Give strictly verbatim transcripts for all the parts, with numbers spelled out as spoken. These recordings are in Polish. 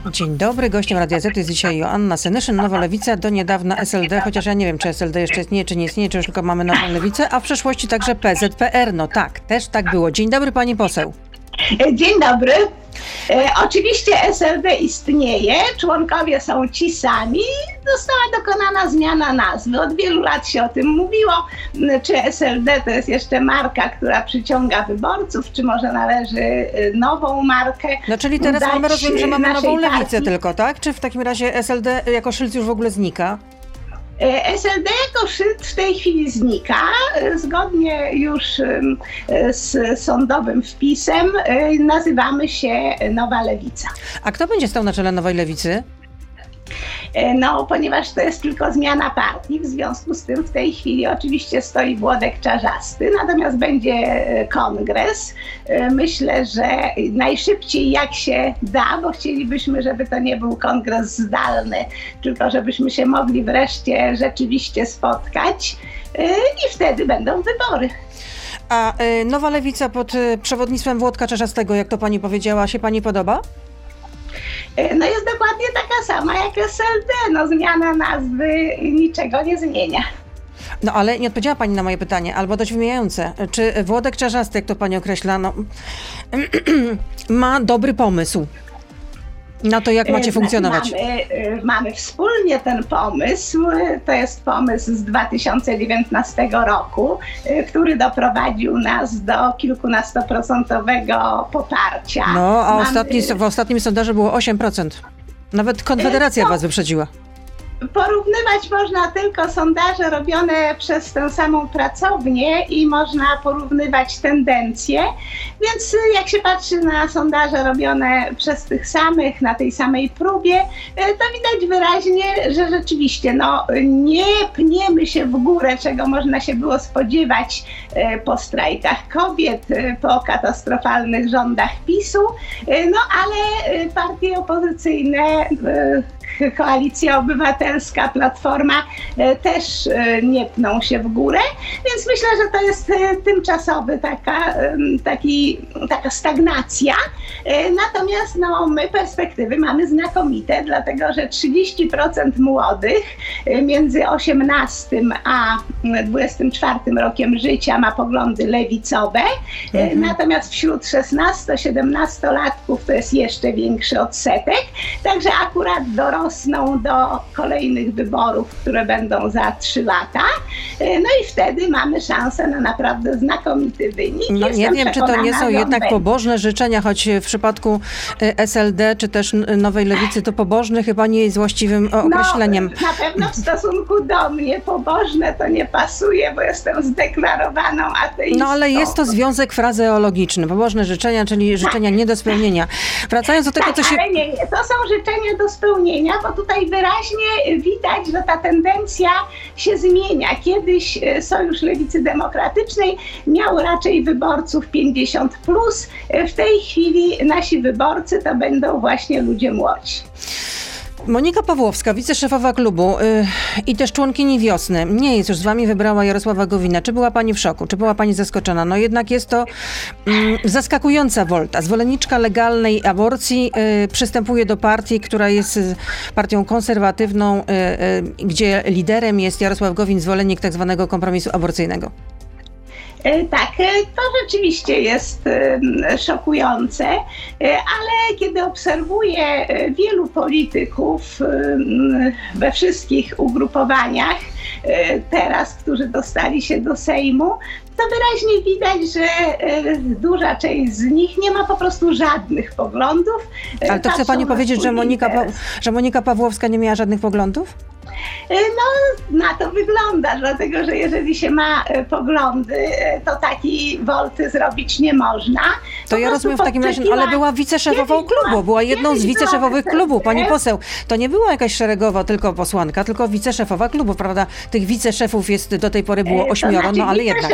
Dzień dobry, gościem Radia Z jest dzisiaj Joanna Senyszyn, Nowa Lewica, do niedawna S L D, chociaż ja nie wiem, czy S L D jeszcze istnieje, czy nie istnieje, czy już tylko mamy Nową Lewicę, a w przeszłości także P Z P R. No tak, też tak było. Dzień dobry, pani poseł. Dzień dobry. E, oczywiście S L D istnieje, członkowie są ci sami, została dokonana zmiana nazwy. Od wielu lat się o tym mówiło, czy S L D to jest jeszcze marka, która przyciąga wyborców, czy może należy nową markę. No czyli teraz mamy, rozumiem, że mamy Nową Lewicę tylko, tak? Czy w takim razie S L D jako szyld już w ogóle znika? S L D jako szyld w tej chwili znika, zgodnie już z sądowym wpisem nazywamy się Nowa Lewica. A kto będzie stał na czele Nowej Lewicy? No, ponieważ to jest tylko zmiana partii, w związku z tym w tej chwili oczywiście stoi Włodek Czarzasty, natomiast będzie kongres. Myślę, że najszybciej jak się da, bo chcielibyśmy, żeby to nie był kongres zdalny, tylko żebyśmy się mogli wreszcie rzeczywiście spotkać i wtedy będą wybory. A y, Nowa Lewica pod y, przewodnictwem Włodka Czarzastego, jak to pani powiedziała, się pani podoba? No jest dokładnie taka sama jak S L D. No zmiana nazwy niczego nie zmienia. No ale nie odpowiedziała pani na moje pytanie, albo dość wymijające. Czy Włodek Czarzasty, jak to pani określa, no, ma dobry pomysł na to, jak macie funkcjonować? Mamy, mamy wspólnie ten pomysł. To jest pomysł z dwa tysiące dziewiętnastego roku, który doprowadził nas do kilkunastoprocentowego poparcia. No, a mamy... ostatni, w ostatnim sondażu było osiem procent. Nawet Konfederacja no. was wyprzedziła. Porównywać można tylko sondaże robione przez tę samą pracownię i można porównywać tendencje, więc jak się patrzy na sondaże robione przez tych samych, na tej samej próbie, to widać wyraźnie, że rzeczywiście no, nie pniemy się w górę, czego można się było spodziewać po strajkach kobiet, po katastrofalnych rządach PiSu, no ale partie opozycyjne, Koalicja Obywatelska, Platforma też nie pną się w górę, więc myślę, że to jest tymczasowy taka, taki, taka stagnacja. Natomiast no, my perspektywy mamy znakomite, dlatego że trzydzieści procent młodych między osiemnastym a dwudziestym czwartym rokiem życia ma poglądy lewicowe, mhm. natomiast wśród szesnasto-siedemnastolatków to jest jeszcze większy odsetek, także akurat dorosłych rosną do kolejnych wyborów, które będą za trzy lata. No i wtedy mamy szansę na naprawdę znakomity wynik. No, nie wiem, czy to nie są jednak będzie. pobożne życzenia, choć w przypadku S L D czy też Nowej Lewicy to pobożne chyba nie jest właściwym określeniem. No, na pewno w stosunku do mnie pobożne to nie pasuje, bo jestem zdeklarowaną ateistą. No ale jest to związek frazeologiczny. Pobożne życzenia, czyli życzenia tak. nie do spełnienia. Wracając do tego, tak, co się... ale nie, nie, to są życzenia do spełnienia, bo tutaj wyraźnie widać, że ta tendencja się zmienia. Kiedyś Sojusz Lewicy Demokratycznej miał raczej wyborców pięćdziesiąt plus. W tej chwili nasi wyborcy to będą właśnie ludzie młodzi. Monika Pawłowska, wiceszefowa klubu yy, i też członkini Wiosny, nie jest już z wami, wybrała Jarosława Gowina. Czy była pani w szoku? Czy była pani zaskoczona? No jednak jest to yy, zaskakująca wolta. Zwolenniczka legalnej aborcji yy, przystępuje do partii, która jest yy, partią konserwatywną, yy, yy, gdzie liderem jest Jarosław Gowin, zwolennik tak zwanego kompromisu aborcyjnego. Tak, to rzeczywiście jest szokujące, ale kiedy obserwuję wielu polityków we wszystkich ugrupowaniach teraz, którzy dostali się do Sejmu, to wyraźnie widać, że duża część z nich nie ma po prostu żadnych poglądów. Ale to chce pani powiedzieć, że Monika, pa- że Monika Pawłowska nie miała żadnych poglądów? No, na to wygląda, dlatego że jeżeli się ma poglądy, to takiej wolty zrobić nie można. To ja rozumiem w takim razie, ale była wiceszefową klubu, była jedną z wiceszefowych klubu, pani poseł. To nie była jakaś szeregowa tylko posłanka, tylko wiceszefowa klubu, prawda? Tych wiceszefów jest do tej pory było ośmioro, to znaczy, no ale jednak.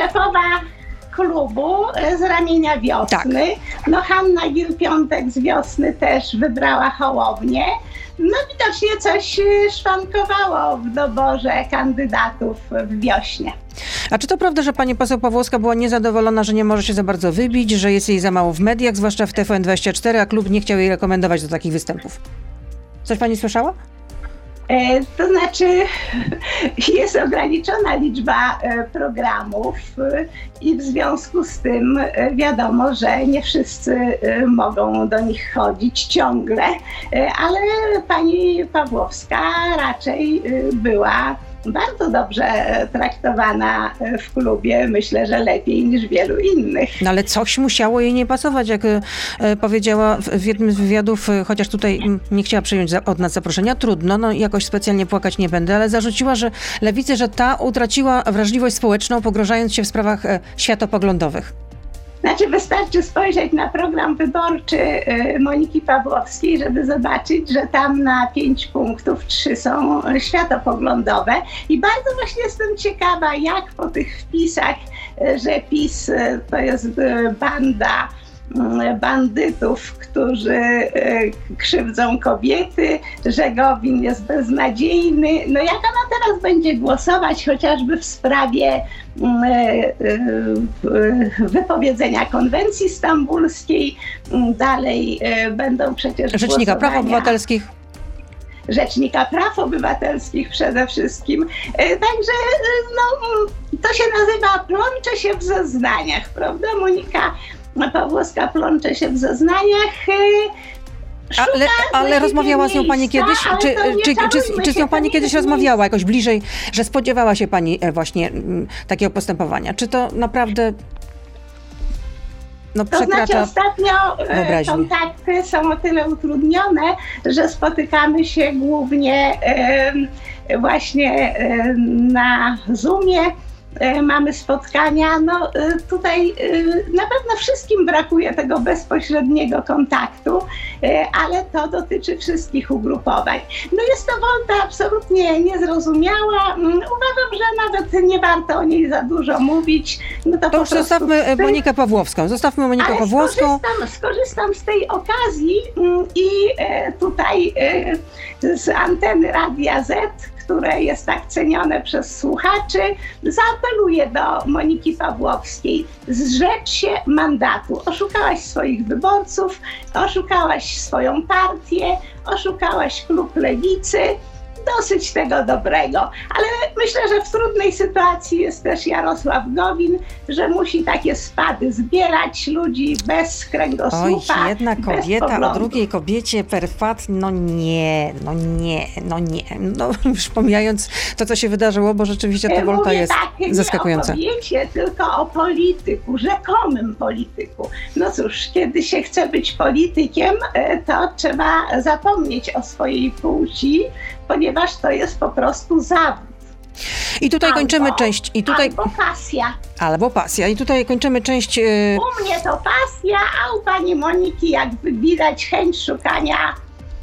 Klubu z ramienia Wiosny. Tak. No Hanna Gill-Piątek z Wiosny też wybrała Hołownię. No widocznie coś szwankowało w doborze kandydatów w Wiośnie. A czy to prawda, że pani poseł Pawłowska była niezadowolona, że nie może się za bardzo wybić, że jest jej za mało w mediach, zwłaszcza w T V N dwadzieścia cztery, a klub nie chciał jej rekomendować do takich występów? Coś pani słyszała? To znaczy, jest ograniczona liczba programów i w związku z tym wiadomo, że nie wszyscy mogą do nich chodzić ciągle, ale pani Pawłowska raczej była bardzo dobrze traktowana w klubie, myślę, że lepiej niż wielu innych. No ale coś musiało jej nie pasować, jak e, powiedziała w, w jednym z wywiadów, e, chociaż tutaj m, nie chciała przyjąć za, od nas zaproszenia, trudno, no jakoś specjalnie płakać nie będę, ale zarzuciła, że lewicy, że ta utraciła wrażliwość społeczną, pogrążając się w sprawach e, światopoglądowych. Znaczy wystarczy spojrzeć na program wyborczy Moniki Pawłowskiej, żeby zobaczyć, że tam na pięć punktów trzy są światopoglądowe i bardzo właśnie jestem ciekawa, jak po tych wpisach, że PiS to jest banda bandytów, którzy krzywdzą kobiety, że Gowin jest beznadziejny. No jak ona teraz będzie głosować chociażby w sprawie wypowiedzenia konwencji stambulskiej, dalej będą przecież Rzecznika Praw Obywatelskich. Rzecznika Praw Obywatelskich przede wszystkim. Także no, to się nazywa plącze się w zeznaniach, prawda? Monika Pawłowska plącze się w zeznaniach. Ale, ale rozmawiała z nią pani kiedyś? Czy, czy, czy, czy z nią pani kiedyś rozmawiała jakoś bliżej, że spodziewała się pani właśnie m, takiego postępowania? Czy to naprawdę no, przekracza To znaczy ostatnio wyobraźnię? Kontakty są o tyle utrudnione, że spotykamy się głównie e, właśnie e, na Zoomie. Mamy spotkania, no tutaj na pewno wszystkim brakuje tego bezpośredniego kontaktu, ale to dotyczy wszystkich ugrupowań. No jest to wolta absolutnie niezrozumiała. Uważam, że nawet nie warto o niej za dużo mówić. No to to już zostawmy tej... Monikę Pawłowską. Zostawmy Monikę ale Pawłowską. Skorzystam, skorzystam z tej okazji i tutaj z anteny Radia Z, które jest tak cenione przez słuchaczy, zaapeluję do Moniki Pawłowskiej. Zrzecz się mandatu. Oszukałaś swoich wyborców, oszukałaś swoją partię, oszukałaś klub Lewicy. Dosyć tego dobrego, ale myślę, że w trudnej sytuacji jest też Jarosław Gowin, że musi takie spady zbierać ludzi bez kręgosłupa. Oj, jedna kobieta o drugiej kobiecie perfat, no nie, no nie, no nie. No już pomijając to, co się wydarzyło, bo rzeczywiście ta wolta Mówię jest tak, zaskakująca. Nie o kobiecie, tylko o polityku, rzekomym polityku. No cóż, kiedy się chce być politykiem, to trzeba zapomnieć o swojej płci, ponieważ to jest po prostu zawód. I tutaj albo, kończymy część. I tutaj, albo pasja. Albo pasja. I tutaj kończymy część... Yy... U mnie to pasja, a u pani Moniki jakby widać chęć szukania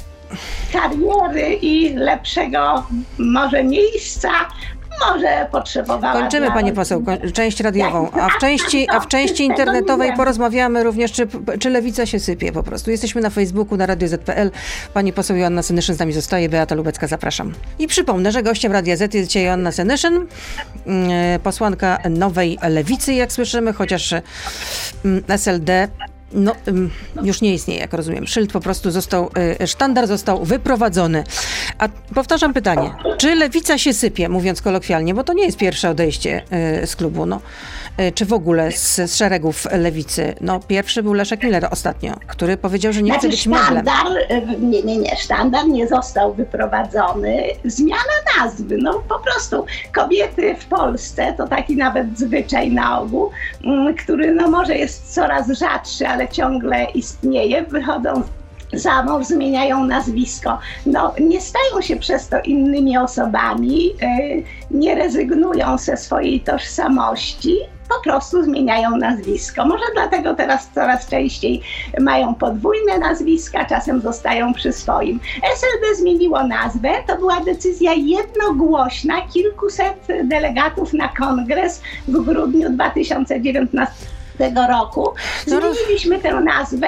kariery i lepszego może miejsca. Może potrzebowała... Kończymy, pani poseł, koń, część radiową, a w części, a w części internetowej porozmawiamy również, czy, czy lewica się sypie po prostu. Jesteśmy na Facebooku, na radio zet kropka pe el. Pani poseł Joanna Senyszyn z nami zostaje, Beata Lubecka, zapraszam. I przypomnę, że gościem Radia Z jest dzisiaj Joanna Senyszyn, posłanka Nowej Lewicy, jak słyszymy, chociaż es el de no, już nie istnieje, jak rozumiem. Szyld po prostu został, sztandar został wyprowadzony. A powtarzam pytanie, czy lewica się sypie, mówiąc kolokwialnie, bo to nie jest pierwsze odejście z klubu, no. Czy w ogóle z, z szeregów lewicy. No, pierwszy był Leszek Miller ostatnio, który powiedział, że nie znaczy, chce być meblem. Nie, nie, nie, sztandar nie został wyprowadzony. Zmiana nazwy, no po prostu kobiety w Polsce, to taki nawet zwyczaj na ogół, który no może jest coraz rzadszy, ale ciągle istnieje, wychodzą za mąż, zmieniają nazwisko. No, nie stają się przez to innymi osobami, yy, nie rezygnują ze swojej tożsamości, po prostu zmieniają nazwisko. Może dlatego teraz coraz częściej mają podwójne nazwiska, czasem zostają przy swoim. es el de zmieniło nazwę, to była decyzja jednogłośna, kilkuset delegatów na kongres w grudniu dwa tysiące dziewiętnastego roku. Zmieniliśmy tę nazwę.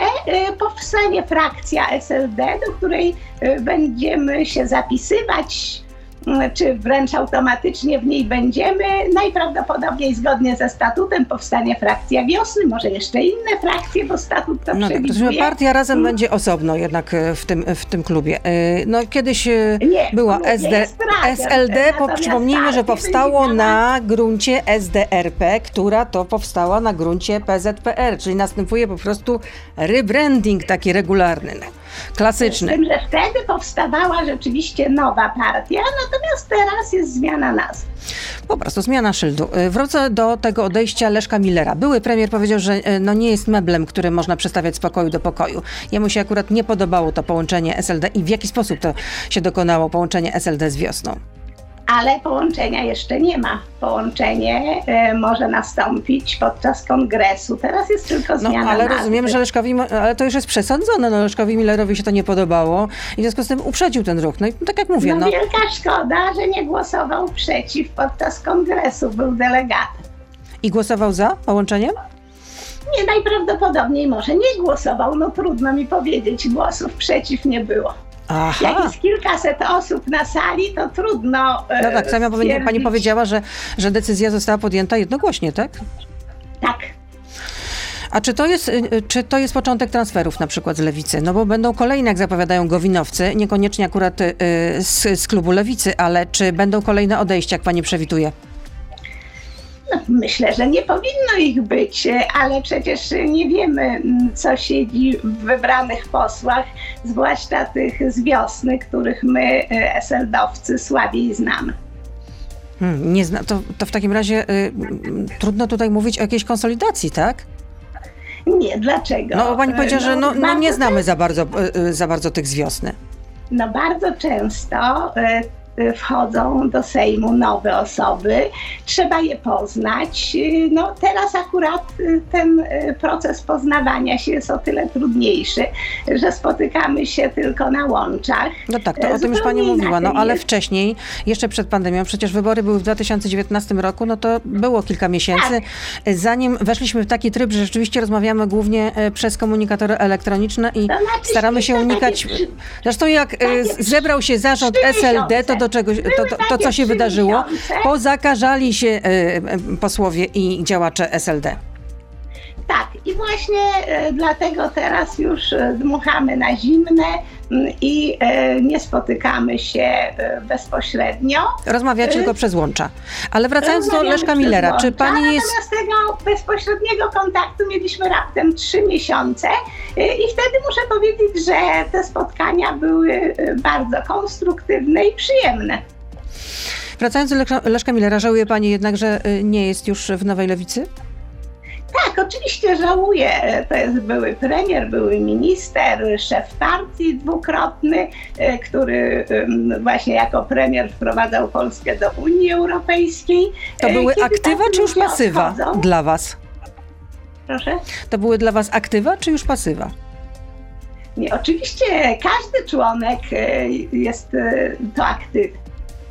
Powstanie frakcja es el de, do której będziemy się zapisywać czy wręcz automatycznie w niej będziemy. Najprawdopodobniej zgodnie ze statutem powstanie frakcja Wiosny, może jeszcze inne frakcje, bo statut to no przewiduje. Tak, partia Razem hmm. będzie osobno jednak w tym, w tym klubie. No kiedyś Nie, była S D, S L D, po, przypomnijmy, że powstało na gruncie S D R P, która to powstała na gruncie P Z P R, czyli następuje po prostu rebranding taki regularny. Klasyczny. Z tym, że wtedy powstawała rzeczywiście nowa partia, natomiast teraz jest zmiana nazwy. Po prostu zmiana szyldu. Wrócę do tego odejścia Leszka Millera. Były premier powiedział, że no nie jest meblem, który można przestawiać z pokoju do pokoju. Jemu się akurat nie podobało to połączenie S L D i w jaki sposób to się dokonało, połączenie S L D z Wiosną? Ale połączenia jeszcze nie ma. Połączenie y, może nastąpić podczas kongresu. Teraz jest tylko zmiana No, ale nazwy. rozumiem, że Leszkowi, ale to już jest przesądzone. No, Leszkowi Millerowi się to nie podobało i w związku z tym uprzedził ten ruch. No i tak jak mówię. No, no wielka szkoda, że nie głosował przeciw podczas kongresu. Był delegatem. I głosował za połączeniem? Nie, najprawdopodobniej może nie głosował. No trudno mi powiedzieć. Głosów przeciw nie było. Aha. Jak jest kilkaset osób na sali, to trudno No tak, sama pani powiedziała, że, że decyzja została podjęta jednogłośnie, tak? Tak. A czy to jest, czy to jest początek transferów na przykład z Lewicy? No bo będą kolejne, jak zapowiadają gowinowcy, niekoniecznie akurat y, z, z klubu Lewicy, ale czy będą kolejne odejścia, jak pani przewiduje? No, myślę, że nie powinno ich być, ale przecież nie wiemy, co siedzi w wybranych posłach, zwłaszcza tych z Wiosny, których my, es el dowcy, słabiej znamy. Hmm, nie zna, to, to w takim razie y, trudno tutaj mówić o jakiejś konsolidacji, tak? Nie, dlaczego? No pani powiedziała, no, że no, no nie znamy za bardzo, y, za bardzo tych z Wiosny. No bardzo często y, wchodzą do Sejmu nowe osoby, trzeba je poznać. No teraz akurat ten proces poznawania się jest o tyle trudniejszy, że spotykamy się tylko na łączach. No tak, to o tym już pani mówiła, no ale wcześniej, jeszcze przed pandemią, przecież wybory były w dwa tysiące dziewiętnastym roku, no to było kilka miesięcy, tak. Zanim weszliśmy w taki tryb, że rzeczywiście rozmawiamy głównie przez komunikatory elektroniczne i znaczy, staramy się unikać... Zresztą jak zebrał się zarząd es el de, to do czegoś, to, to, to co się wydarzyło, pozakażali się y, posłowie i działacze es el de. Tak, i właśnie y, dlatego teraz już y, dmuchamy na zimne y, i y, nie spotykamy się y, bezpośrednio. Rozmawiacie y, tylko przez łącza. Ale wracając do Leszka Millera, łącza, czy pani jest... Natomiast tego bezpośredniego kontaktu mieliśmy raptem trzy miesiące y, i wtedy muszę powiedzieć, że te spotkania były y, bardzo konstruktywne i przyjemne. Wracając do Leszka, Leszka Millera, żałuje pani jednak, że nie jest już w Nowej Lewicy? Tak, oczywiście żałuję. To jest były premier, były minister, szef partii dwukrotny, który właśnie jako premier wprowadzał Polskę do Unii Europejskiej. To były Kiedy aktywa czy już pasywa odchodzą? Dla was? Proszę? To były dla was aktywa czy już pasywa? Nie, oczywiście każdy członek jest to aktyw.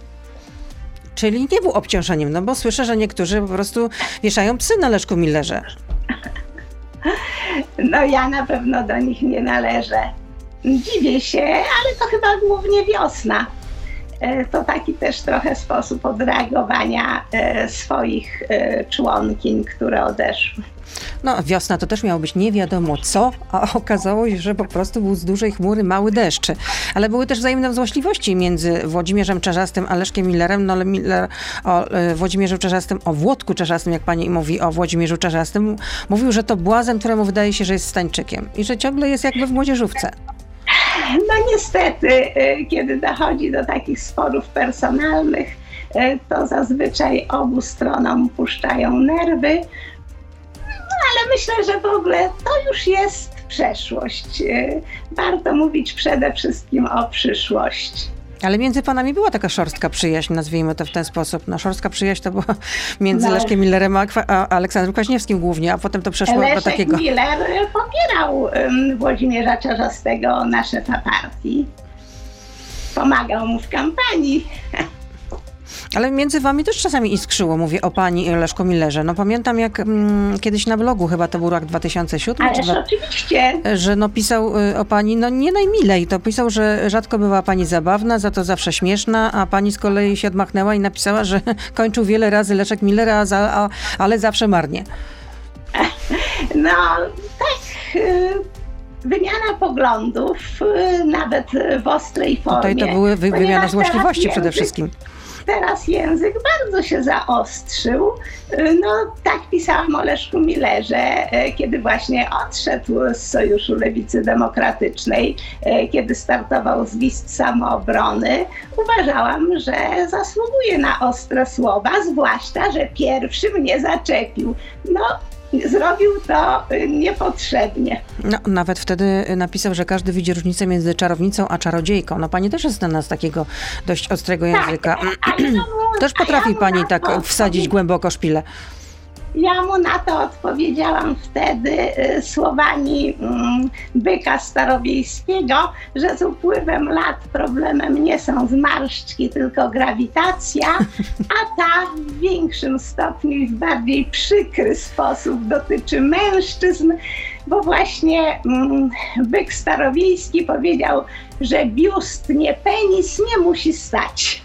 Czyli nie był obciążeniem, no bo słyszę, że niektórzy po prostu wieszają psy na Leszku Millerze. No ja na pewno do nich nie należę. Dziwię się, ale to chyba głównie Wiosna. To taki też trochę sposób odreagowania swoich członkiń, które odeszły. No, Wiosna to też miało być nie wiadomo co, a okazało się, że po prostu był z dużej chmury mały deszcz. Ale były też wzajemne złośliwości między Włodzimierzem Czarzastym a Leszkiem Millerem. No ale Miller o e, Włodzimierzu Czarzastym, o Włodku Czarzastym, jak pani mówi o Włodzimierzu Czarzastym, mówił, że to błazen, któremu wydaje się, że jest Stańczykiem i że ciągle jest jakby w młodzieżówce. No niestety, kiedy dochodzi do takich sporów personalnych, to zazwyczaj obu stronom puszczają nerwy. Ale myślę, że w ogóle to już jest przeszłość. Warto mówić przede wszystkim o przyszłości. Ale między panami była taka szorstka przyjaźń, nazwijmy to w ten sposób. No, szorstka przyjaźń to była między no. Leszkiem Millerem a, a Aleksandrem Kwaśniewskim głównie, a potem to przeszło Leszek do takiego... Leszek Miller popierał um, Włodzimierza Czarzastego na szefa partii. Pomagał mu w kampanii. Ale między wami też czasami iskrzyło, mówię o pani Leszku Millerze. No pamiętam, jak mm, kiedyś na blogu, chyba to był rok dwa tysiące siódmy, Ależ czy oczywiście. że no pisał y, o pani, no nie najmilej, to pisał, że rzadko była pani zabawna, za to zawsze śmieszna, a pani z kolei się odmachnęła i napisała, że kończył wiele razy Leszek Miller, a za, a, ale zawsze marnie. No tak, wymiana poglądów, nawet w ostrej formie. Tutaj to były wy, wymiana złośliwości język, przede wszystkim. Teraz język bardzo się zaostrzył. No tak pisałam o Leszku Millerze, kiedy właśnie odszedł z Sojuszu Lewicy Demokratycznej, kiedy startował z list Samoobrony. Uważałam, że zasługuje na ostre słowa, zwłaszcza, że pierwszy mnie zaczepił. No, zrobił to niepotrzebnie. No, nawet wtedy napisał, że każdy widzi różnicę między czarownicą a czarodziejką. No pani też jest znana z takiego dość ostrego języka. Tak, ja mu, też potrafi ja pani tak wsadzić głęboko szpilę. Ja mu na to odpowiedziałam wtedy y, słowami mm, byka starowiejskiego, że z upływem lat problemem nie są zmarszczki, tylko grawitacja, a ta w większym stopniu i w bardziej przykry sposób dotyczy mężczyzn, bo właśnie mm, byk starowiejski powiedział, że biust, nie penis, nie musi stać.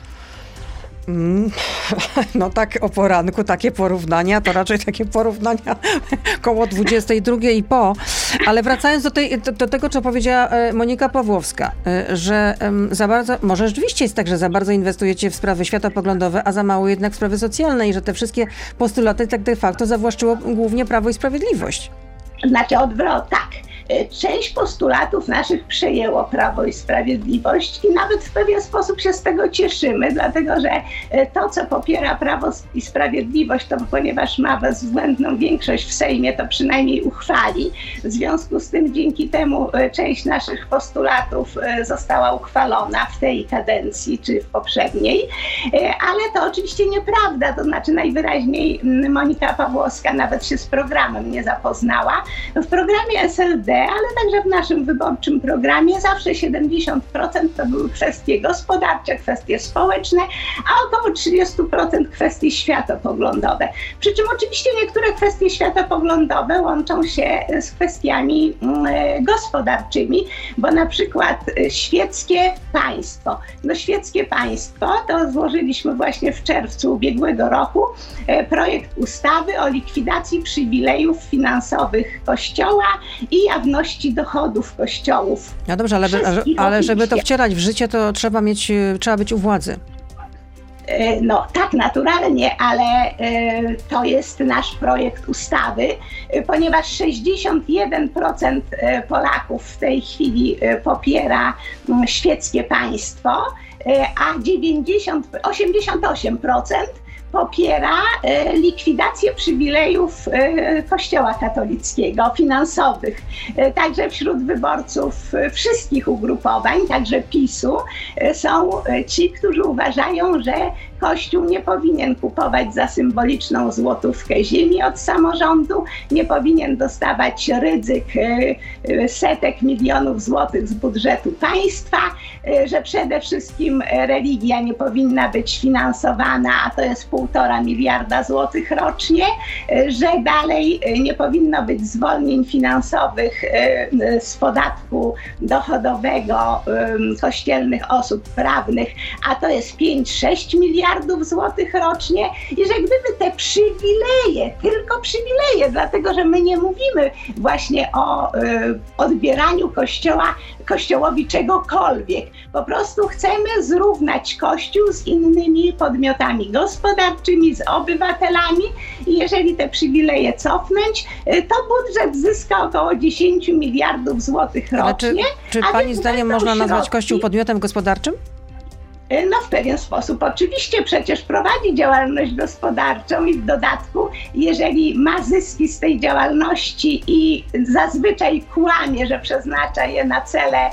No tak o poranku, takie porównania, to raczej takie porównania koło dwudziestej drugiej i po. Ale wracając do, tej, do, do tego, co powiedziała Monika Pawłowska, że za bardzo, może rzeczywiście jest tak, że za bardzo inwestujecie w sprawy światopoglądowe, a za mało jednak w sprawy socjalne i że te wszystkie postulaty tak de facto zawłaszczyło głównie Prawo i Sprawiedliwość. Znaczy odwrot, tak. Część postulatów naszych przejęło Prawo i Sprawiedliwość i nawet w pewien sposób się z tego cieszymy, dlatego że to, co popiera Prawo i Sprawiedliwość, to ponieważ ma bezwzględną większość w Sejmie, to przynajmniej uchwali. W związku z tym dzięki temu część naszych postulatów została uchwalona w tej kadencji czy w poprzedniej, ale to oczywiście nieprawda, to znaczy najwyraźniej Monika Pawłowska nawet się z programem nie zapoznała. W programie S L D, ale także w naszym wyborczym programie zawsze siedemdziesiąt procent to były kwestie gospodarcze, kwestie społeczne, a około trzydzieści procent kwestie światopoglądowe. Przy czym oczywiście niektóre kwestie światopoglądowe łączą się z kwestiami mm, gospodarczymi, bo na przykład świeckie państwo. No świeckie państwo to złożyliśmy właśnie w czerwcu ubiegłego roku e, projekt ustawy o likwidacji przywilejów finansowych Kościoła i jawności dochodów kościołów. No dobrze, ale, ale żeby to wcierać w życie, to trzeba mieć, trzeba być u władzy. No tak, naturalnie, ale to jest nasz projekt ustawy, ponieważ sześćdziesiąt jeden procent Polaków w tej chwili popiera świeckie państwo, a dziewięćdziesiąt, osiemdziesiąt osiem procent popiera e, likwidację przywilejów e, Kościoła katolickiego, finansowych. E, także wśród wyborców e, wszystkich ugrupowań, także PiSu, e, są e, ci, którzy uważają, że Kościół nie powinien kupować za symboliczną złotówkę ziemi od samorządu, nie powinien dostawać ryzyk e, setek milionów złotych z budżetu państwa, e, że przede wszystkim religia nie powinna być finansowana, a to jest półtora miliarda złotych rocznie, że dalej nie powinno być zwolnień finansowych z podatku dochodowego kościelnych osób prawnych, a to jest pięć sześć miliardów złotych rocznie i że gdyby te przywileje, tylko przywileje, dlatego że my nie mówimy właśnie o odbieraniu kościoła, kościołowi czegokolwiek. Po prostu chcemy zrównać Kościół z innymi podmiotami gospodarczymi, z obywatelami i jeżeli te przywileje cofnąć, to budżet zyska około dziesięć miliardów złotych rocznie. Czy, czy pani zdaniem można nazwać środki Kościół podmiotem gospodarczym? No w pewien sposób. Oczywiście przecież prowadzi działalność gospodarczą i w dodatku, jeżeli ma zyski z tej działalności i zazwyczaj kłamie, że przeznacza je na cele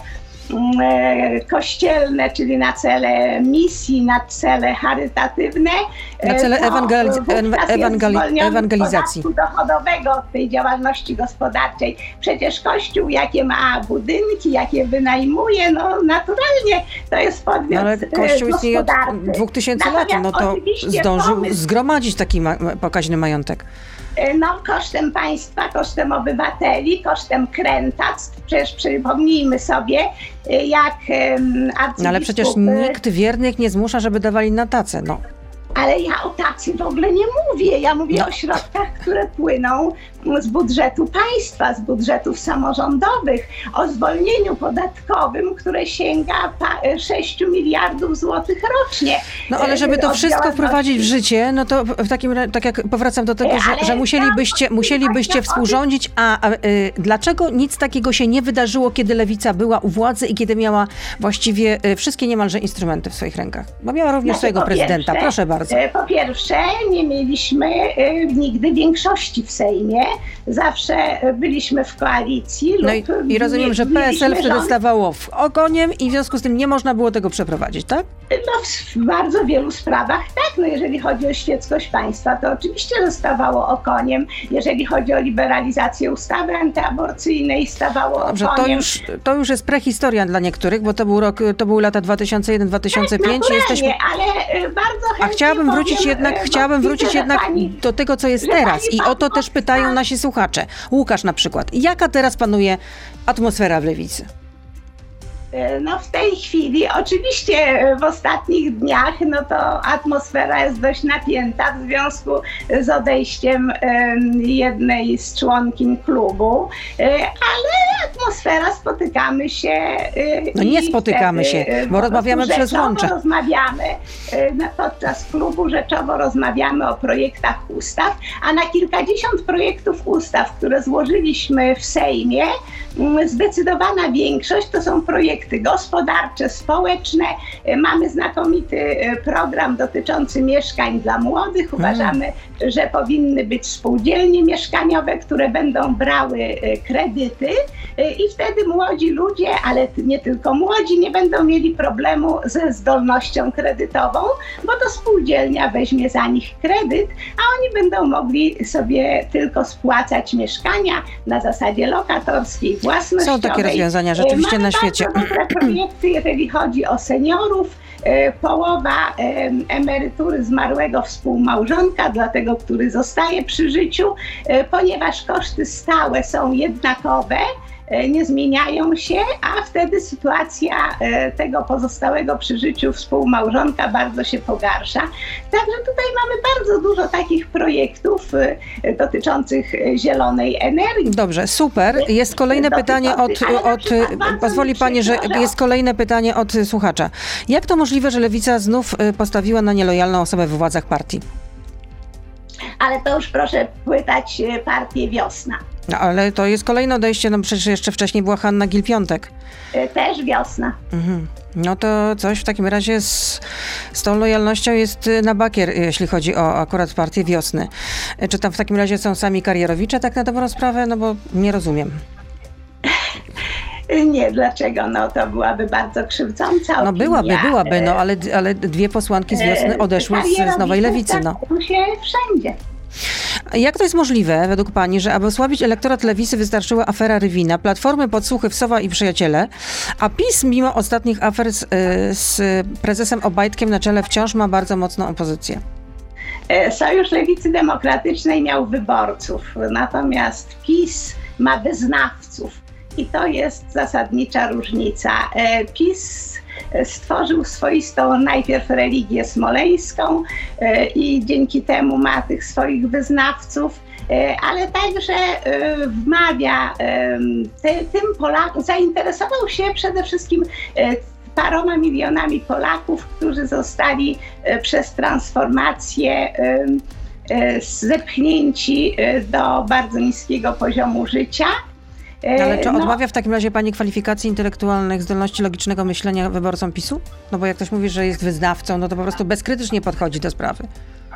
kościelne, czyli na cele misji, na cele charytatywne. Na cele ewangeliz ewangeli ewangelizacji. Podatku dochodowego od tej działalności gospodarczej. Przecież Kościół, jakie ma budynki, jakie wynajmuje, no naturalnie to jest podmiot no, ale Kościół istnieje od dwóch tysięcy lat, no to zdążył pomysł, zgromadzić taki ma pokaźny majątek. No, kosztem państwa, kosztem obywateli, kosztem krętactw. Przecież przypomnijmy sobie, jak um, arcybiskup... No ale przecież nikt wiernych nie zmusza, żeby dawali na tacę, no. Ale ja o tacy w ogóle nie mówię. Ja mówię no. o środkach, które płyną z budżetu państwa, z budżetów samorządowych, o zwolnieniu podatkowym, które sięga sześć miliardów złotych rocznie. No ale żeby to wszystko wprowadzić w życie, no to w takim tak jak powracam do tego, że, że musielibyście, musielibyście współrządzić, a, a y, dlaczego nic takiego się nie wydarzyło, kiedy Lewica była u władzy i kiedy miała właściwie y, wszystkie niemalże instrumenty w swoich rękach? Bo miała również znaczy, swojego prezydenta. Pierwsze, Proszę bardzo. Po pierwsze, nie mieliśmy y, nigdy większości w Sejmie. Zawsze byliśmy w koalicji. No lub i, i rozumiem, że P S L wtedy rząd... stawało w ogoniem i w związku z tym nie można było tego przeprowadzić, tak? No w bardzo wielu sprawach tak. No jeżeli chodzi o świeckość państwa, to oczywiście zostawało okoniem. Jeżeli chodzi o liberalizację ustawy antyaborcyjnej, stawało Dobrze, okoniem. To już, to już jest prehistoria dla niektórych, bo to był rok, to były lata dwa tysiące jeden dwa tysiące pięć. Tak, jesteśmy... ale bardzo chętnie A chciałabym wrócić powiem, jednak, chciałabym wrócić widzę, jednak pani, do tego, co jest teraz. I o to też pytają nasi słuchacze. Łukasz na przykład. Jaka teraz panuje atmosfera w Lewicy? No w tej chwili, oczywiście w ostatnich dniach, no to atmosfera jest dość napięta w związku z odejściem um, jednej z członkiń klubu, ale atmosfera, spotykamy się. No nie spotykamy wtedy, się, bo rozmawiamy przez łącze. Rozmawiamy podczas klubu, rzeczowo rozmawiamy o projektach ustaw, a na kilkadziesiąt projektów ustaw, które złożyliśmy w Sejmie, zdecydowana większość to są projekty gospodarcze, społeczne. Mamy znakomity program dotyczący mieszkań dla młodych. Uważamy, mm. że powinny być spółdzielnie mieszkaniowe, które będą brały kredyty i wtedy młodzi ludzie, ale nie tylko młodzi, nie będą mieli problemu ze zdolnością kredytową, bo to spółdzielnia weźmie za nich kredyt, a oni będą mogli sobie tylko spłacać mieszkania na zasadzie lokatorskiej, własnościowej. Są takie rozwiązania rzeczywiście Mamy na świecie. Mamy bardzo dobre projekty, jeżeli chodzi o seniorów. Połowa emerytury zmarłego współmałżonka dla tego, który zostaje przy życiu, ponieważ koszty stałe są jednakowe, nie zmieniają się, a wtedy sytuacja tego pozostałego przy życiu współmałżonka bardzo się pogarsza. Także tutaj mamy bardzo dużo takich projektów dotyczących zielonej energii. Dobrze, super. Jest kolejne pytanie od... od pozwoli Pani, że jest kolejne pytanie od słuchacza. Jak to możliwe, że Lewica znów postawiła na nielojalną osobę w władzach partii? Ale to już proszę pytać partię Wiosna. No, ale to jest kolejne odejście, no przecież jeszcze wcześniej była Hanna Gill-Piątek. Też Wiosna. Mhm. No to coś w takim razie z, z tą lojalnością jest na bakier, jeśli chodzi o akurat partię Wiosny. Czy tam w takim razie są sami karierowicze tak na dobrą sprawę? No bo nie rozumiem. Nie, dlaczego? No to byłaby bardzo krzywdząca opinia. No byłaby, byłaby, no ale, ale dwie posłanki z Wiosny odeszły z, z Nowej Lewicy. No. Tu się wszędzie. Jak to jest możliwe, według Pani, że aby osłabić elektorat Lewicy wystarczyła afera Rywina, Platformy, podsłuchy Wsowa i Przyjaciele, a PiS mimo ostatnich afer z, z prezesem Obajtkiem na czele wciąż ma bardzo mocną opozycję? Sojusz Lewicy Demokratycznej miał wyborców, natomiast PiS ma wyznawców. I to jest zasadnicza różnica. PiS stworzył swoistą najpierw religię smoleńską i dzięki temu ma tych swoich wyznawców, ale także wmawia tym Polakom, zainteresował się przede wszystkim paroma milionami Polaków, którzy zostali przez transformację zepchnięci do bardzo niskiego poziomu życia. Ale czy odmawia w takim razie Pani kwalifikacji intelektualnych, zdolności logicznego myślenia wyborcom PiSu? No bo jak ktoś mówi, że jest wyznawcą, no to po prostu bezkrytycznie podchodzi do sprawy.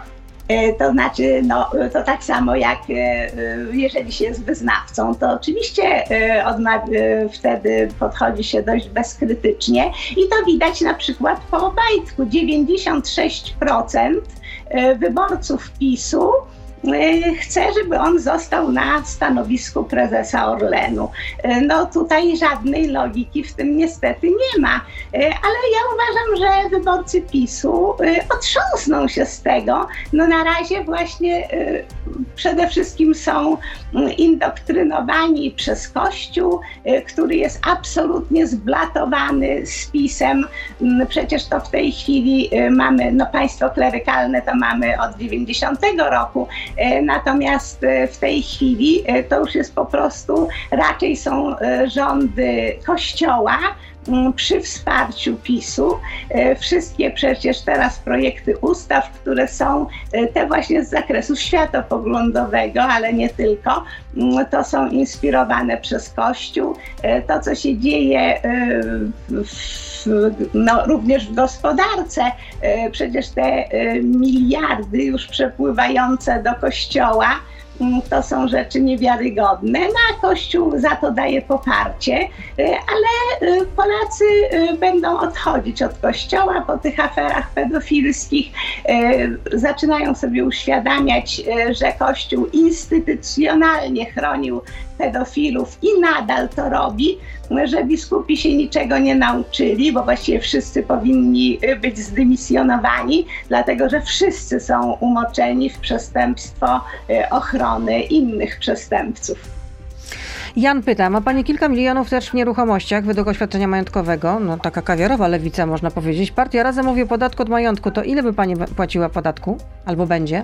To znaczy, no, to tak samo jak jeżeli się jest wyznawcą, to oczywiście odma- wtedy podchodzi się dość bezkrytycznie i to widać na przykład po Obajtku. dziewięćdziesiąt sześć procent wyborców PiSu chce, żeby on został na stanowisku prezesa Orlenu. No tutaj żadnej logiki w tym niestety nie ma, ale ja uważam, że wyborcy PiSu otrząsną się z tego. No na razie właśnie przede wszystkim są indoktrynowani przez Kościół, który jest absolutnie zblatowany z PiS-em. Przecież to w tej chwili mamy, no państwo klerykalne to mamy od dziewięćdziesiątego roku, natomiast w tej chwili to już jest po prostu, raczej są rządy Kościoła przy wsparciu PiSu. Wszystkie przecież teraz projekty ustaw, które są te właśnie z zakresu światopoglądowego, ale nie tylko, to są inspirowane przez Kościół. To, co się dzieje w, no, również w gospodarce, przecież te miliardy już przepływające do Kościoła, to są rzeczy niewiarygodne, no a Kościół za to daje poparcie, ale Polacy będą odchodzić od Kościoła po tych aferach pedofilskich, zaczynają sobie uświadamiać, że Kościół instytucjonalnie chronił pedofilów i nadal to robi, że biskupi się niczego nie nauczyli, bo właściwie wszyscy powinni być zdymisjonowani, dlatego że wszyscy są umoczeni w przestępstwo ochrony innych przestępców. Jan pyta, ma pani kilka milionów też w nieruchomościach według oświadczenia majątkowego, no taka kawiarowa lewica można powiedzieć. Partia Razem mówi o podatku od majątku, to ile by pani płaciła podatku? Albo będzie?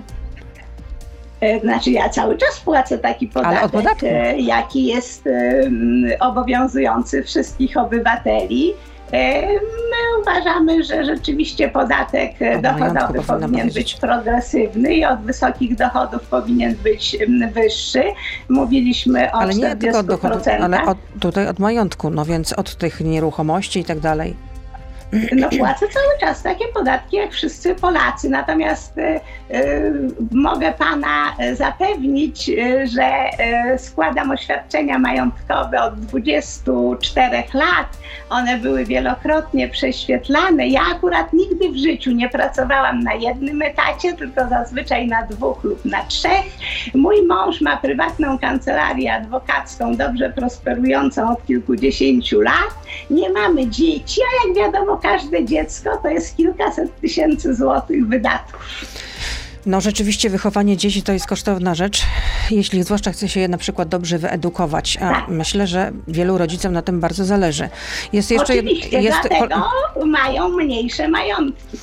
Znaczy ja cały czas płacę taki podatek, jaki jest um, obowiązujący wszystkich obywateli. My uważamy, że rzeczywiście podatek od dochodowy powinien być progresywny i od wysokich dochodów powinien być wyższy. Mówiliśmy o ale nie czterdziestu procentach. Tylko od dochodu, ale od, tutaj od majątku, no więc od tych nieruchomości i tak dalej. No płacę cały czas takie podatki jak wszyscy Polacy, natomiast y, y, mogę pana zapewnić, y, że y, składam oświadczenia majątkowe od dwudziestu czterech lat. One były wielokrotnie prześwietlane. Ja akurat nigdy w życiu nie pracowałam na jednym etacie, tylko zazwyczaj na dwóch lub na trzech. Mój mąż ma prywatną kancelarię adwokacką, dobrze prosperującą od kilkudziesięciu lat. Nie mamy dzieci, a jak wiadomo, każde dziecko to jest kilkaset tysięcy złotych wydatków. No rzeczywiście wychowanie dzieci to jest kosztowna rzecz, jeśli zwłaszcza chce się je na przykład dobrze wyedukować, a tak. Myślę, że wielu rodzicom na tym bardzo zależy. Jest jeszcze Oczywiście, jest, dlatego po... mają mniejsze majątki.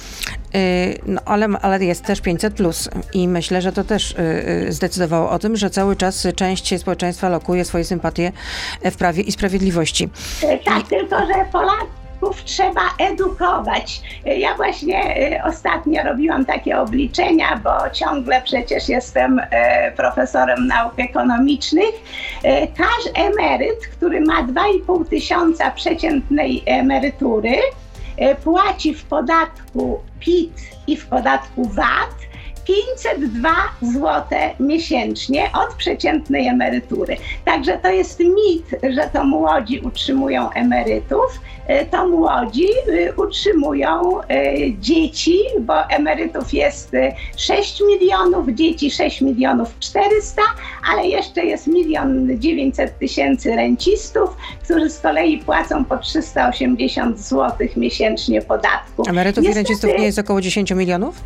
No ale, ale jest też pięćset plus i myślę, że to też zdecydowało o tym, że cały czas część społeczeństwa lokuje swoje sympatie w Prawie i Sprawiedliwości. Tak, I... tylko że Polaków trzeba edukować. Ja właśnie ostatnio robiłam takie obliczenia, bo ciągle przecież jestem profesorem nauk ekonomicznych. Każdy emeryt, który ma dwa i pół tysiąca przeciętnej emerytury, płaci w podatku P I T i w podatku V A T pięćset dwa złote miesięcznie od przeciętnej emerytury. Także to jest mit, że to młodzi utrzymują emerytów. To młodzi utrzymują dzieci, bo emerytów jest sześć milionów, dzieci sześć milionów czterysta, ale jeszcze jest milion dziewięćset tysięcy rencistów, którzy z kolei płacą po trzysta osiemdziesiąt złotych miesięcznie podatku. Emerytów Niestety, i rencistów nie jest około dziesięć milionów?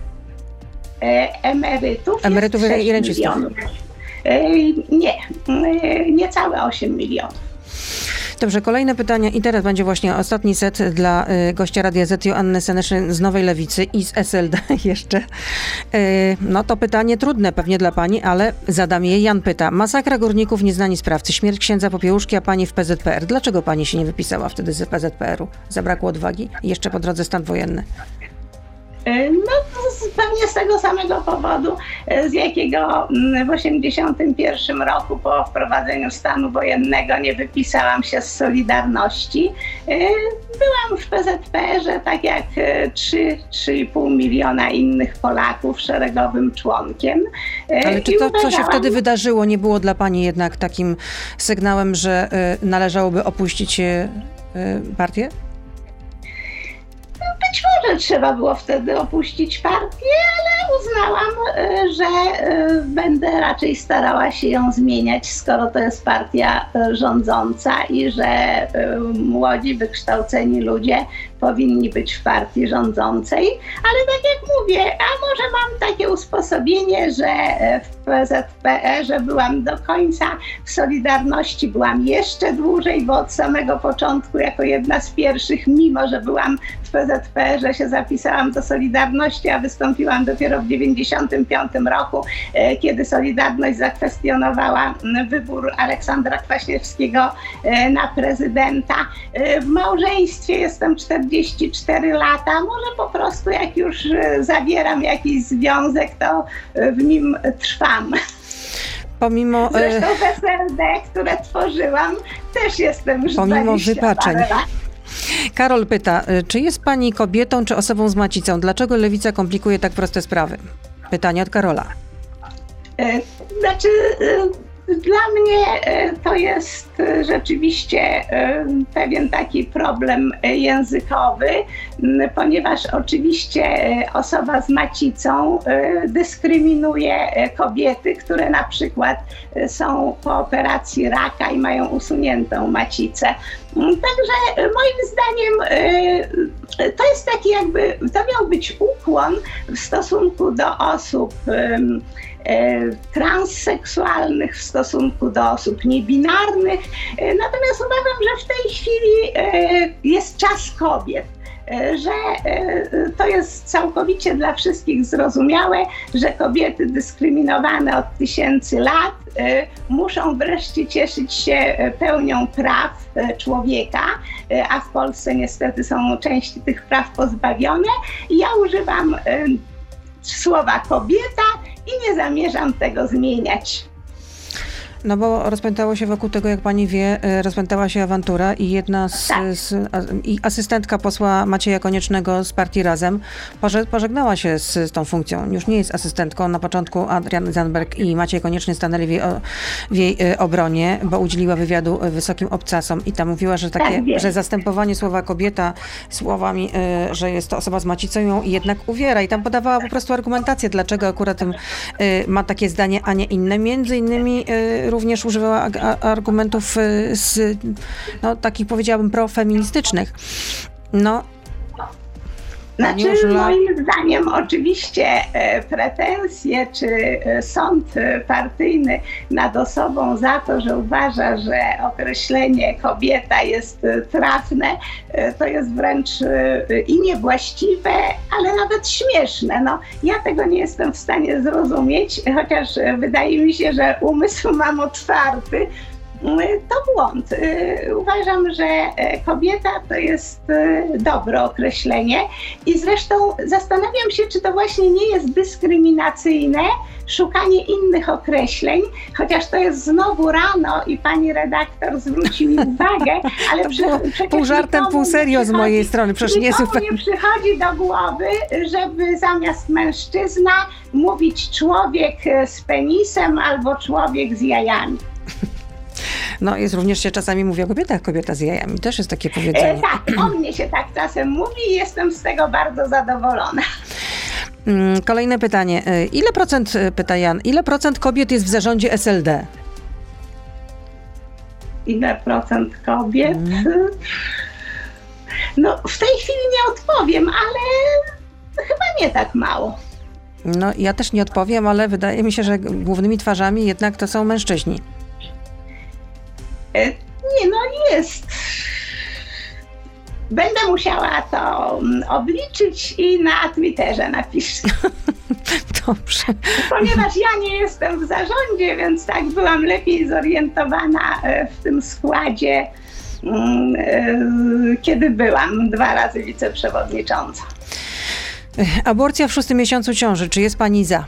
Emerytów, Emerytów jest i rencistów. Nie, niecałe osiem milionów. Dobrze, kolejne pytanie i teraz będzie właśnie ostatni set dla y, gościa Radia Z, Joanny Senyszyn z Nowej Lewicy i z S L D jeszcze. Y, no to pytanie trudne pewnie dla pani, ale zadam je. Jan pyta. Masakra górników, nieznani sprawcy, śmierć księdza Popiełuszki, a pani w P Z P R. Dlaczego pani się nie wypisała wtedy z P Z P R u? Zabrakło odwagi? I jeszcze po drodze stan wojenny. No z, pewnie z tego samego powodu, z jakiego w osiemdziesiątym pierwszym roku po wprowadzeniu stanu wojennego nie wypisałam się z Solidarności. Byłam w P Z P erze tak jak trzy, trzy i pół miliona innych Polaków szeregowym członkiem. Ale czy to, co się wtedy wydarzyło, nie było dla pani jednak takim sygnałem, że należałoby opuścić partię? Być może trzeba było wtedy opuścić partię, ale uznałam, że będę raczej starała się ją zmieniać, skoro to jest partia rządząca i że młodzi, wykształceni ludzie powinni być w partii rządzącej. Ale tak jak mówię, a może mam takie usposobienie, że w P Z P erze byłam do końca, w Solidarności byłam jeszcze dłużej, bo od samego początku jako jedna z pierwszych, mimo że byłam w P Z P erze, się zapisałam do Solidarności, a wystąpiłam dopiero w dziewięćdziesiątym piątym roku, kiedy Solidarność zakwestionowała wybór Aleksandra Kwaśniewskiego na prezydenta. W małżeństwie jestem czterdzieści cztery lata, może po prostu jak już zawieram jakiś związek, to w nim trwam. Pomimo, Zresztą w S L D, które tworzyłam, też jestem już pomimo wypaczeń. lat. Karol pyta, czy jest pani kobietą, czy osobą z macicą? Dlaczego lewica komplikuje tak proste sprawy? Pytanie od Karola. Znaczy, dla mnie to jest rzeczywiście pewien taki problem językowy, ponieważ oczywiście osoba z macicą dyskryminuje kobiety, które na przykład są po operacji raka i mają usuniętą macicę. Także moim zdaniem to jest taki jakby, to miał być ukłon w stosunku do osób transseksualnych, w stosunku do osób niebinarnych. Natomiast uważam, że w tej chwili jest czas kobiet, że to jest całkowicie dla wszystkich zrozumiałe, że kobiety dyskryminowane od tysięcy lat muszą wreszcie cieszyć się pełnią praw człowieka, a w Polsce niestety są części tych praw pozbawione. Ja używam słowa kobieta i nie zamierzam tego zmieniać. No bo rozpętało się wokół tego, jak pani wie, rozpętała się awantura i jedna z, tak. z i asystentka posła Macieja Koniecznego z partii Razem poże, pożegnała się z, z tą funkcją. Już nie jest asystentką. Na początku Adrian Zandberg i Maciej Konieczny stanęli w jej, o, w jej obronie, bo udzieliła wywiadu wysokim obcasom i tam mówiła, że takie, tak, że zastępowanie słowa kobieta słowami, że jest to osoba z macicą, ją jednak uwiera. I tam podawała po prostu argumentację, dlaczego akurat tym, ma takie zdanie, a nie inne. Między innymi również używała argumentów z, no, takich, powiedziałabym, profeministycznych. No, Znaczy, moim zdaniem oczywiście pretensje czy sąd partyjny nad osobą za to, że uważa, że określenie kobieta jest trafne, to jest wręcz i niewłaściwe, ale nawet śmieszne. No, ja tego nie jestem w stanie zrozumieć, chociaż wydaje mi się, że umysł mam otwarty. To błąd. Uważam, że kobieta to jest dobre określenie i zresztą zastanawiam się, czy to właśnie nie jest dyskryminacyjne szukanie innych określeń, chociaż to jest znowu rano i pani redaktor zwróci mi uwagę, ale przy, pół żartem, pół serio z mojej strony. Przecież nie zupełnie nie przychodzi do głowy, żeby zamiast mężczyzna mówić człowiek z penisem albo człowiek z jajami. No jest również się czasami mówi o kobietach, kobieta z jajami. Też jest takie powiedzenie. E, tak, o mnie się tak czasem mówi i jestem z tego bardzo zadowolona. Kolejne pytanie. Ile procent, pyta Jan, ile procent kobiet jest w zarządzie S L D? Ile procent kobiet? Mm. No w tej chwili nie odpowiem, ale chyba nie tak mało. No ja też nie odpowiem, ale wydaje mi się, że głównymi twarzami jednak to są mężczyźni. Nie, no jest. Będę musiała to obliczyć i na Twitterze napiszę. Dobrze. Ponieważ ja nie jestem w zarządzie, więc tak byłam lepiej zorientowana w tym składzie, kiedy byłam dwa razy wiceprzewodnicząca. Aborcja w szóstym miesiącu ciąży. Czy jest pani za?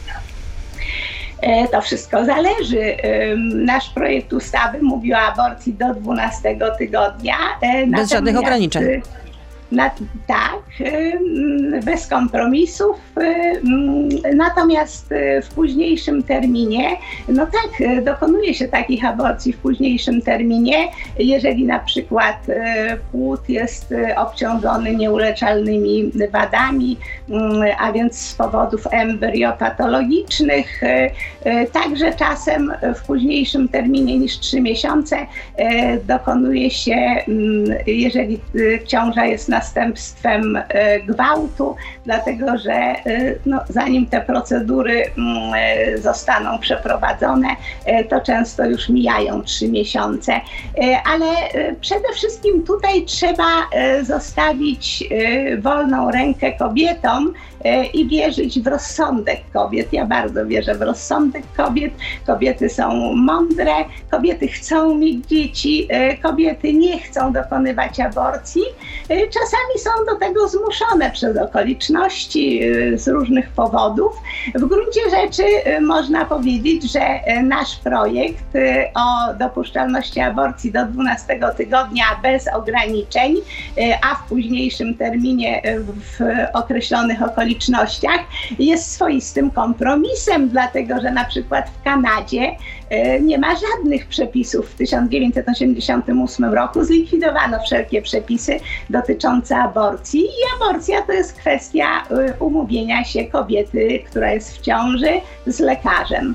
To wszystko zależy. Nasz projekt ustawy mówi o aborcji do dwunastego tygodnia. Bez żadnych ograniczeń. Na, tak, bez kompromisów. Natomiast w późniejszym terminie, no tak, dokonuje się takich aborcji w późniejszym terminie, jeżeli na przykład płód jest obciążony nieuleczalnymi wadami, a więc z powodów embryopatologicznych. Także czasem w późniejszym terminie niż trzy miesiące dokonuje się, jeżeli ciąża jest następstwem gwałtu, dlatego że no, zanim te procedury zostaną przeprowadzone, to często już mijają trzy miesiące. Ale przede wszystkim tutaj trzeba zostawić wolną rękę kobietom i wierzyć w rozsądek kobiet. Ja bardzo wierzę w rozsądek kobiet. Kobiety są mądre, kobiety chcą mieć dzieci, kobiety nie chcą dokonywać aborcji. Czasami są do tego zmuszone przez okoliczności z różnych powodów. W gruncie rzeczy można powiedzieć, że nasz projekt o dopuszczalności aborcji do dwunastego tygodnia bez ograniczeń, a w późniejszym terminie w określonych okolicznościach jest swoistym kompromisem, dlatego że na przykład w Kanadzie nie ma żadnych przepisów. W tysiąc dziewięćset osiemdziesiątym ósmym roku zlikwidowano wszelkie przepisy dotyczące aborcji i aborcja to jest kwestia umówienia się kobiety, która jest w ciąży, z lekarzem.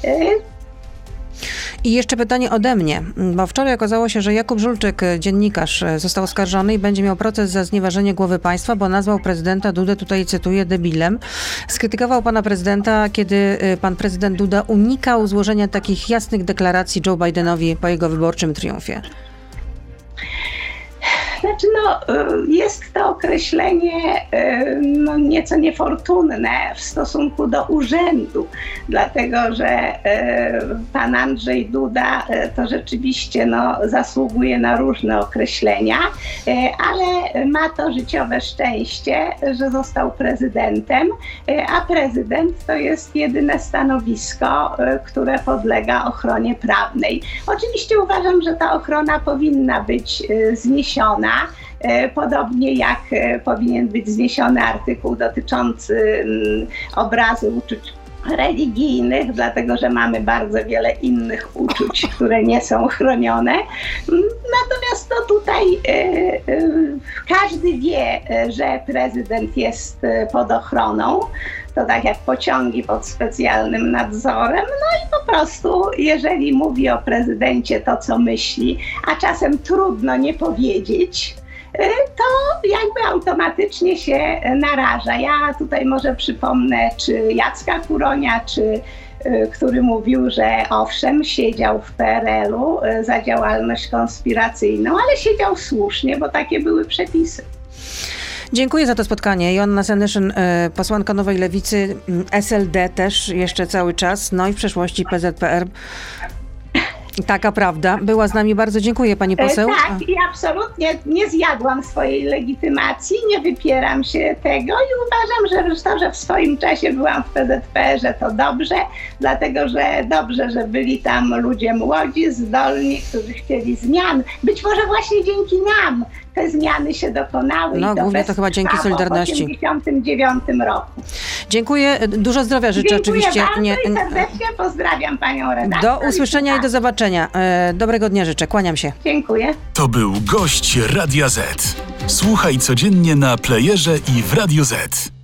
I jeszcze pytanie ode mnie, bo wczoraj okazało się, że Jakub Żulczyk, dziennikarz, został oskarżony i będzie miał proces za znieważenie głowy państwa, bo nazwał prezydenta Dudę, tutaj cytuję, debilem. Skrytykował pana prezydenta, kiedy pan prezydent Duda unikał złożenia takich jasnych deklaracji Joe Bidenowi po jego wyborczym triumfie. Znaczy, no, jest to określenie no, nieco niefortunne w stosunku do urzędu, dlatego że pan Andrzej Duda to rzeczywiście no, zasługuje na różne określenia, ale ma to życiowe szczęście, że został prezydentem, a prezydent to jest jedyne stanowisko, które podlega ochronie prawnej. Oczywiście uważam, że ta ochrona powinna być zniesiona, podobnie jak powinien być zniesiony artykuł dotyczący obrazy uczuć religijnych, dlatego że mamy bardzo wiele innych uczuć, które nie są chronione. Natomiast no tutaj y, y, każdy wie, że prezydent jest pod ochroną. To tak jak pociągi pod specjalnym nadzorem. No i po prostu, jeżeli mówi o prezydencie to, co myśli, a czasem trudno nie powiedzieć, to jakby automatycznie się naraża. Ja tutaj może przypomnę, czy Jacka Kuronia, czy który mówił, że owszem, siedział w P R L u za działalność konspiracyjną, ale siedział słusznie, bo takie były przepisy. Dziękuję za to spotkanie. Joanna Senyszyn, posłanka Nowej Lewicy, S L D też jeszcze cały czas, no i w przeszłości P Z P R. Taka prawda. Była z nami. Bardzo dziękuję, pani poseł. Tak, i absolutnie nie zjadłam swojej legitymacji, nie wypieram się tego i uważam, że to, że w swoim czasie byłam w P Z P R-ze, to dobrze, dlatego że dobrze, że byli tam ludzie młodzi, zdolni, którzy chcieli zmian. Być może właśnie dzięki nam te zmiany się dokonały. No, i to głównie to chyba dzięki Solidarności. W osiemdziesiątym dziewiątym roku. Dziękuję. Dużo zdrowia życzę. Dziękuję oczywiście. bardzo nie, i serdecznie pozdrawiam panią redaktor. Do usłyszenia i do zobaczenia. Dobrego dnia życzę. Kłaniam się. Dziękuję. To był gość Radia Z. Słuchaj codziennie na playerze i w Radio Z.